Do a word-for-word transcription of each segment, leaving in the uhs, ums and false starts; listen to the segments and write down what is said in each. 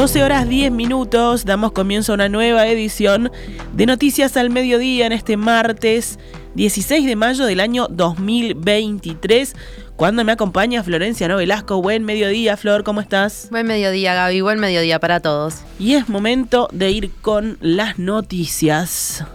doce horas diez minutos, damos comienzo a una nueva edición de Noticias al Mediodía en este martes dieciséis de mayo del año dos mil veintitrés, cuando me acompaña Florencia Novelasco. Buen mediodía, Flor, ¿cómo estás? Buen mediodía, Gaby, buen mediodía para todos. Y es momento de ir con las noticias.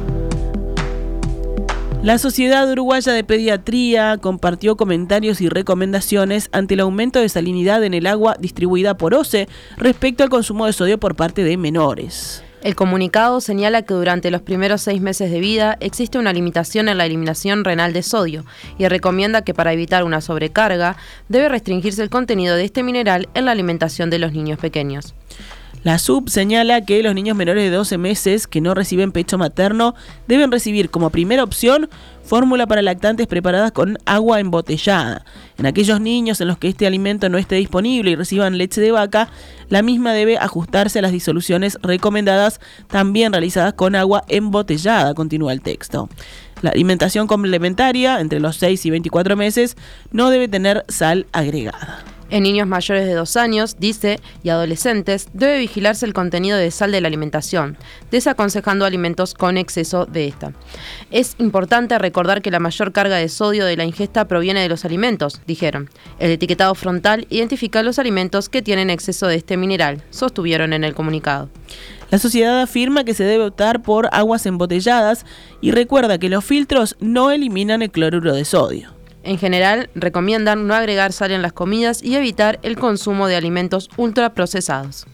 La Sociedad Uruguaya de Pediatría compartió comentarios y recomendaciones ante el aumento de salinidad en el agua distribuida por O C E respecto al consumo de sodio por parte de menores. El comunicado señala que durante los primeros seis meses de vida existe una limitación en la eliminación renal de sodio y recomienda que para evitar una sobrecarga debe restringirse el contenido de este mineral en la alimentación de los niños pequeños. La S U B señala que los niños menores de doce meses que no reciben pecho materno deben recibir como primera opción fórmula para lactantes preparadas con agua embotellada. En aquellos niños en los que este alimento no esté disponible y reciban leche de vaca, la misma debe ajustarse a las disoluciones recomendadas, también realizadas con agua embotellada, continúa el texto. La alimentación complementaria entre los seis y veinticuatro meses no debe tener sal agregada. En niños mayores de dos años, dice, y adolescentes, debe vigilarse el contenido de sal de la alimentación, desaconsejando alimentos con exceso de esta. Es importante recordar que la mayor carga de sodio de la ingesta proviene de los alimentos, dijeron. El etiquetado frontal identifica los alimentos que tienen exceso de este mineral, sostuvieron en el comunicado. La sociedad afirma que se debe optar por aguas embotelladas y recuerda que los filtros no eliminan el cloruro de sodio. En general, recomiendan no agregar sal en las comidas y evitar el consumo de alimentos ultraprocesados.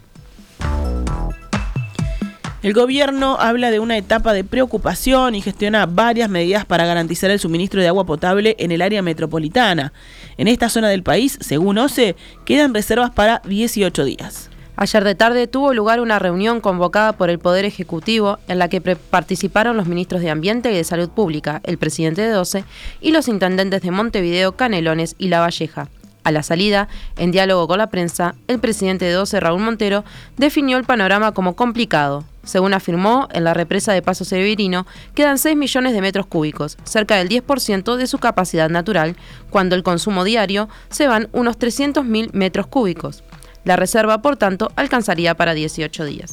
El gobierno habla de una etapa de preocupación y gestiona varias medidas para garantizar el suministro de agua potable en el área metropolitana. En esta zona del país, según O C E, quedan reservas para dieciocho días. Ayer de tarde tuvo lugar una reunión convocada por el Poder Ejecutivo en la que pre- participaron los ministros de Ambiente y de Salud Pública, el presidente de O C E y los intendentes de Montevideo, Canelones y La Valleja. A la salida, en diálogo con la prensa, el presidente de O C E, Raúl Montero, definió el panorama como complicado. Según afirmó, en la represa de Paso Severino quedan seis millones de metros cúbicos, cerca del diez por ciento de su capacidad natural, cuando el consumo diario se van unos trescientos mil metros cúbicos. La reserva, por tanto, alcanzaría para dieciocho días.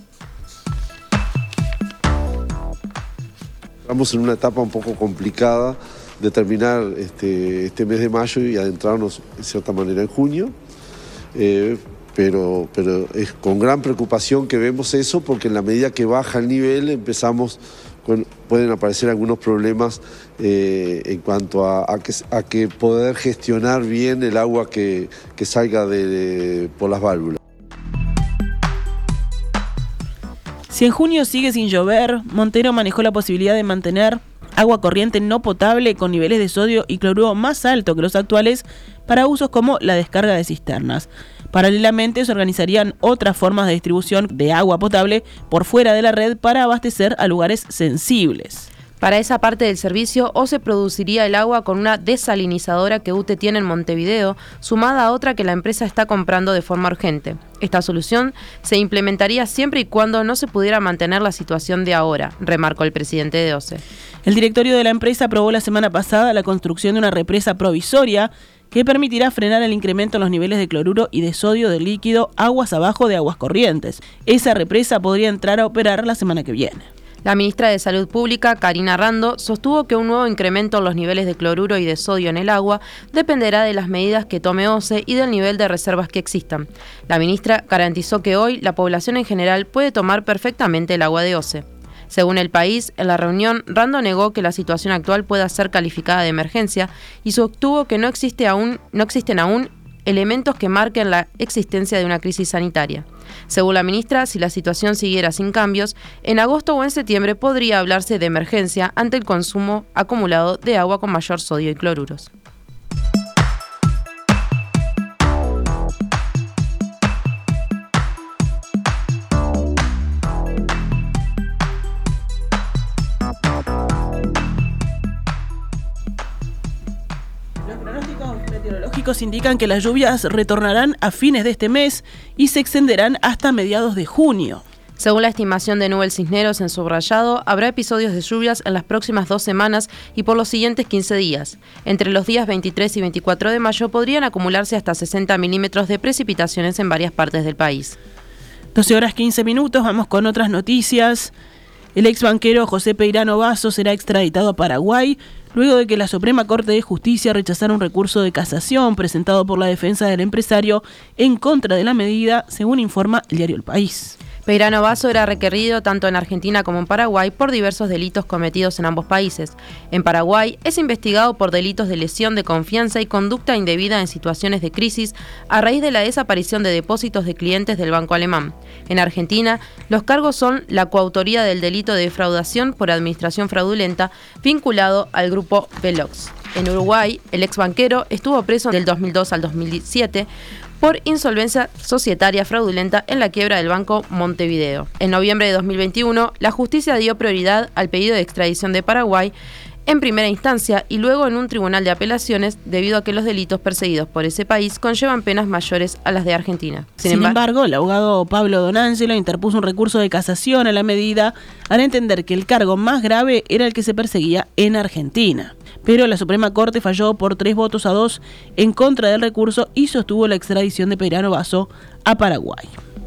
Estamos en una etapa un poco complicada de terminar este, este mes de mayo y adentrarnos en cierta manera en junio, eh, pero, pero es con gran preocupación que vemos eso, porque en la medida que baja el nivel empezamos con, pueden aparecer algunos problemas eh, en cuanto a, a, que, a que poder gestionar bien el agua que, que salga de, de, por las válvulas. Si en junio sigue sin llover, Montero manejó la posibilidad de mantener agua corriente no potable con niveles de sodio y cloruro más altos que los actuales para usos como la descarga de cisternas. Paralelamente se organizarían otras formas de distribución de agua potable por fuera de la red para abastecer a lugares sensibles. Para esa parte del servicio, O C E produciría el agua con una desalinizadora que U T E tiene en Montevideo, sumada a otra que la empresa está comprando de forma urgente. Esta solución se implementaría siempre y cuando no se pudiera mantener la situación de ahora, remarcó el presidente de O C E. El directorio de la empresa aprobó la semana pasada la construcción de una represa provisoria que permitirá frenar el incremento en los niveles de cloruro y de sodio del líquido aguas abajo de aguas corrientes. Esa represa podría entrar a operar la semana que viene. La ministra de Salud Pública, Karina Rando, sostuvo que un nuevo incremento en los niveles de cloruro y de sodio en el agua dependerá de las medidas que tome O C E y del nivel de reservas que existan. La ministra garantizó que hoy la población en general puede tomar perfectamente el agua de O C E. Según El País, en la reunión, Rando negó que la situación actual pueda ser calificada de emergencia y sostuvo que no existe aún, no existen aún elementos que marquen la existencia de una crisis sanitaria. Según la ministra, si la situación siguiera sin cambios, en agosto o en septiembre podría hablarse de emergencia ante el consumo acumulado de agua con mayor sodio y cloruros. Meteorológicos indican que las lluvias retornarán a fines de este mes y se extenderán hasta mediados de junio. Según la estimación de Nubel Cisneros en Subrayado, habrá episodios de lluvias en las próximas dos semanas y por los siguientes quince días. Entre los días veintitrés y veinticuatro de mayo podrían acumularse hasta sesenta milímetros de precipitaciones en varias partes del país. doce horas quince minutos, vamos con otras noticias. El ex banquero José Peirano Basso será extraditado a Paraguay luego de que la Suprema Corte de Justicia rechazara un recurso de casación presentado por la defensa del empresario en contra de la medida, según informa el diario El País. Peirano Basso era requerido tanto en Argentina como en Paraguay por diversos delitos cometidos en ambos países. En Paraguay es investigado por delitos de lesión de confianza y conducta indebida en situaciones de crisis a raíz de la desaparición de depósitos de clientes del banco alemán. En Argentina, los cargos son la coautoría del delito de defraudación por administración fraudulenta vinculado al grupo Velox. En Uruguay, el ex banquero estuvo preso del dos mil dos al dos mil siete por insolvencia societaria fraudulenta en la quiebra del Banco Montevideo. En noviembre de dos mil veintiuno, la justicia dio prioridad al pedido de extradición de Paraguay en primera instancia y luego en un tribunal de apelaciones debido a que los delitos perseguidos por ese país conllevan penas mayores a las de Argentina. Sin, Sin embargo, el abogado Pablo Donangelo interpuso un recurso de casación a la medida al entender que el cargo más grave era el que se perseguía en Argentina. Pero la Suprema Corte falló por tres votos a dos en contra del recurso y sostuvo la extradición de Peirano Basso a Paraguay.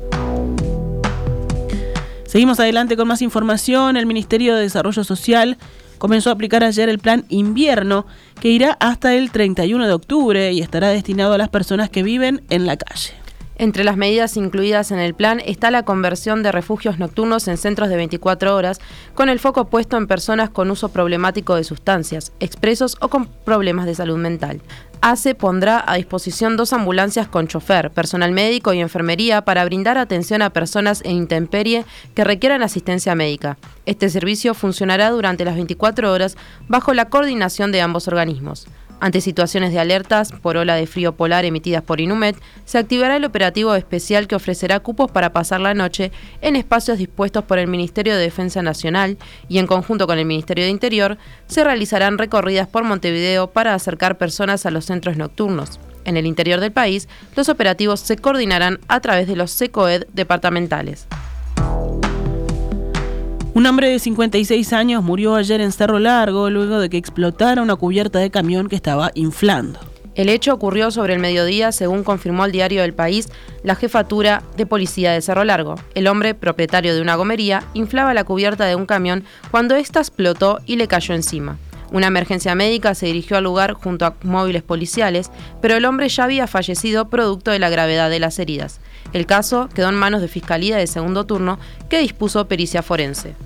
Seguimos adelante con más información. El Ministerio de Desarrollo Social comenzó a aplicar ayer el plan invierno que irá hasta el treinta y uno de octubre y estará destinado a las personas que viven en la calle. Entre las medidas incluidas en el plan está la conversión de refugios nocturnos en centros de veinticuatro horas, con el foco puesto en personas con uso problemático de sustancias, expresos o con problemas de salud mental. A C E pondrá a disposición dos ambulancias con chofer, personal médico y enfermería para brindar atención a personas en intemperie que requieran asistencia médica. Este servicio funcionará durante las veinticuatro horas bajo la coordinación de ambos organismos. Ante situaciones de alertas por ola de frío polar emitidas por INUMED, se activará el operativo especial que ofrecerá cupos para pasar la noche en espacios dispuestos por el Ministerio de Defensa Nacional y en conjunto con el Ministerio de Interior, se realizarán recorridas por Montevideo para acercar personas a los centros nocturnos. En el interior del país, los operativos se coordinarán a través de los SECOED departamentales. Un hombre de cincuenta y seis años murió ayer en Cerro Largo luego de que explotara una cubierta de camión que estaba inflando. El hecho ocurrió sobre el mediodía, según confirmó el diario El País, la jefatura de policía de Cerro Largo. El hombre, propietario de una gomería, inflaba la cubierta de un camión cuando ésta explotó y le cayó encima. Una emergencia médica se dirigió al lugar junto a móviles policiales, pero el hombre ya había fallecido producto de la gravedad de las heridas. El caso quedó en manos de Fiscalía de Segundo Turno, que dispuso pericia forense.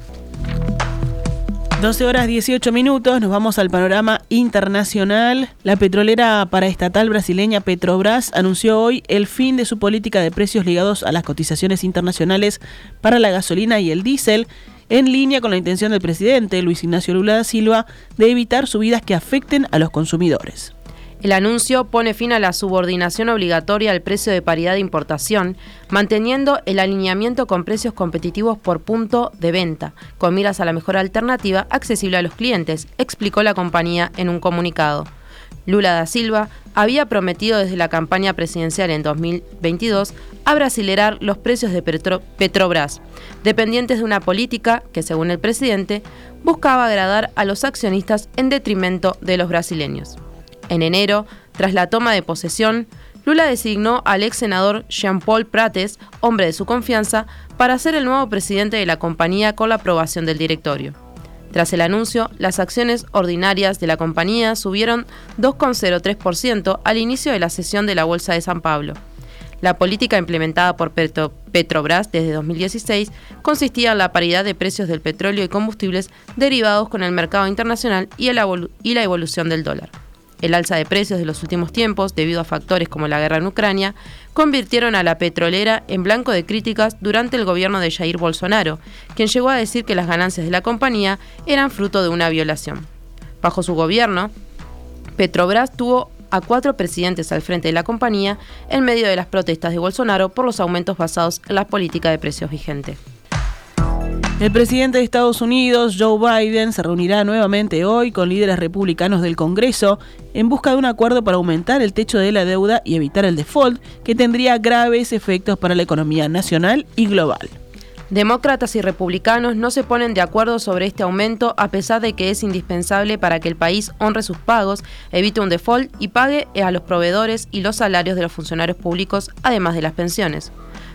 doce horas dieciocho minutos, nos vamos al panorama internacional. La petrolera paraestatal brasileña Petrobras anunció hoy el fin de su política de precios ligados a las cotizaciones internacionales para la gasolina y el diésel, en línea con la intención del presidente Luis Ignacio Lula da Silva de evitar subidas que afecten a los consumidores. El anuncio pone fin a la subordinación obligatoria al precio de paridad de importación, manteniendo el alineamiento con precios competitivos por punto de venta, con miras a la mejor alternativa accesible a los clientes, explicó la compañía en un comunicado. Lula da Silva había prometido desde la campaña presidencial en dos mil veintidós abrasilerar los precios de Petro- Petrobras, dependientes de una política que, según el presidente, buscaba agradar a los accionistas en detrimento de los brasileños. En enero, tras la toma de posesión, Lula designó al ex senador Jean-Paul Prates, hombre de su confianza, para ser el nuevo presidente de la compañía con la aprobación del directorio. Tras el anuncio, las acciones ordinarias de la compañía subieron dos coma cero tres por ciento al inicio de la sesión de la Bolsa de San Pablo. La política implementada por Petro- Petrobras desde dos mil dieciséis consistía en la paridad de precios del petróleo y combustibles derivados con el mercado internacional y, el evolu- y la evolución del dólar. El alza de precios de los últimos tiempos, debido a factores como la guerra en Ucrania, convirtieron a la petrolera en blanco de críticas durante el gobierno de Jair Bolsonaro, quien llegó a decir que las ganancias de la compañía eran fruto de una violación. Bajo su gobierno, Petrobras tuvo a cuatro presidentes al frente de la compañía en medio de las protestas de Bolsonaro por los aumentos basados en la política de precios vigente. El presidente de Estados Unidos, Joe Biden, se reunirá nuevamente hoy con líderes republicanos del Congreso en busca de un acuerdo para aumentar el techo de la deuda y evitar el default, que tendría graves efectos para la economía nacional y global. Demócratas y republicanos no se ponen de acuerdo sobre este aumento, a pesar de que es indispensable para que el país honre sus pagos, evite un default y pague a los proveedores y los salarios de los funcionarios públicos, además de las pensiones.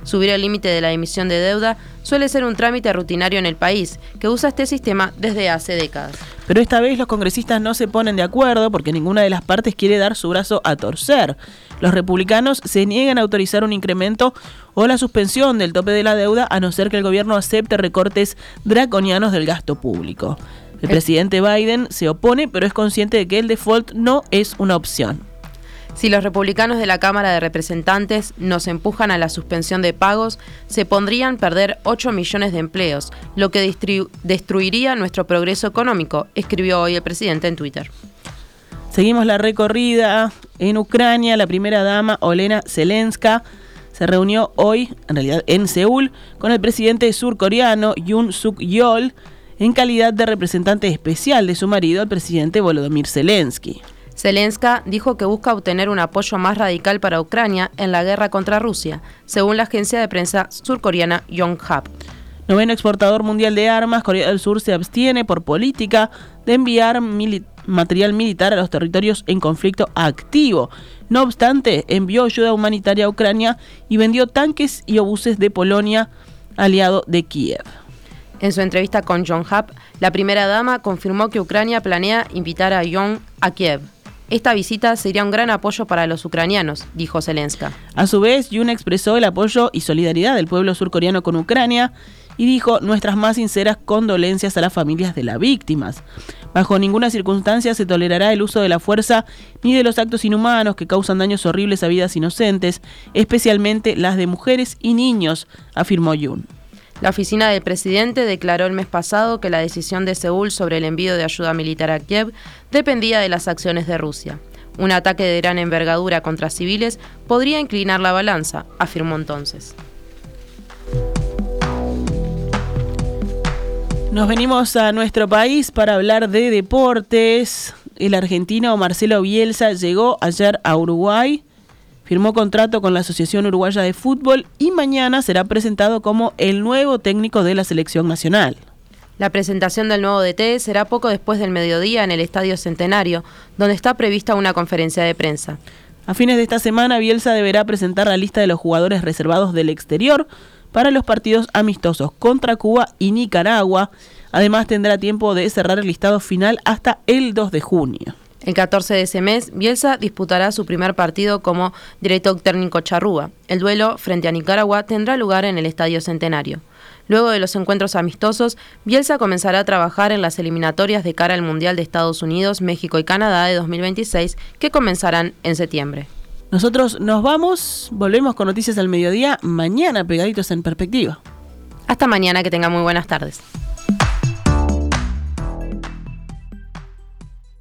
Subir el límite de la emisión de deuda suele ser un trámite rutinario en el país, que usa este sistema desde hace décadas. Pero esta vez los congresistas no se ponen de acuerdo porque ninguna de las partes quiere dar su brazo a torcer. Los republicanos se niegan a autorizar un incremento o la suspensión del tope de la deuda a no ser que el gobierno acepte recortes draconianos del gasto público. El presidente Biden se opone, pero es consciente de que el default no es una opción. Si los republicanos de la Cámara de Representantes nos empujan a la suspensión de pagos, se pondrían a perder ocho millones de empleos, lo que destru- destruiría nuestro progreso económico, escribió hoy el presidente en Twitter. Seguimos la recorrida en Ucrania. La primera dama, Olena Zelenska, se reunió hoy, en realidad en Seúl, con el presidente surcoreano Yoon Suk Yeol en calidad de representante especial de su marido, el presidente Volodymyr Zelensky. Zelenska dijo que busca obtener un apoyo más radical para Ucrania en la guerra contra Rusia, según la agencia de prensa surcoreana Yonhap. Noveno exportador mundial de armas, Corea del Sur se abstiene por política de enviar mili- material militar a los territorios en conflicto activo. No obstante, envió ayuda humanitaria a Ucrania y vendió tanques y obuses de Polonia, aliado de Kiev. En su entrevista con Yonhap, la primera dama confirmó que Ucrania planea invitar a Yoon a Kiev. Esta visita sería un gran apoyo para los ucranianos, dijo Zelenska. A su vez, Yoon expresó el apoyo y solidaridad del pueblo surcoreano con Ucrania y dijo nuestras más sinceras condolencias a las familias de las víctimas. Bajo ninguna circunstancia se tolerará el uso de la fuerza ni de los actos inhumanos que causan daños horribles a vidas inocentes, especialmente las de mujeres y niños, afirmó Yoon. La oficina del presidente declaró el mes pasado que la decisión de Seúl sobre el envío de ayuda militar a Kiev dependía de las acciones de Rusia. Un ataque de gran envergadura contra civiles podría inclinar la balanza, afirmó entonces. Nos venimos a nuestro país para hablar de deportes. El argentino Marcelo Bielsa llegó ayer a Uruguay. Firmó contrato con la Asociación Uruguaya de Fútbol y mañana será presentado como el nuevo técnico de la selección nacional. La presentación del nuevo D T será poco después del mediodía en el Estadio Centenario, donde está prevista una conferencia de prensa. A fines de esta semana, Bielsa deberá presentar la lista de los jugadores reservados del exterior para los partidos amistosos contra Cuba y Nicaragua. Además, tendrá tiempo de cerrar el listado final hasta el dos de junio. El catorce de ese mes, Bielsa disputará su primer partido como director técnico charrúa. El duelo frente a Nicaragua tendrá lugar en el Estadio Centenario. Luego de los encuentros amistosos, Bielsa comenzará a trabajar en las eliminatorias de cara al Mundial de Estados Unidos, México y Canadá de dos mil veintiséis, que comenzarán en septiembre. Nosotros nos vamos, volvemos con Noticias al Mediodía, mañana pegaditos en Perspectiva. Hasta mañana, que tengan muy buenas tardes.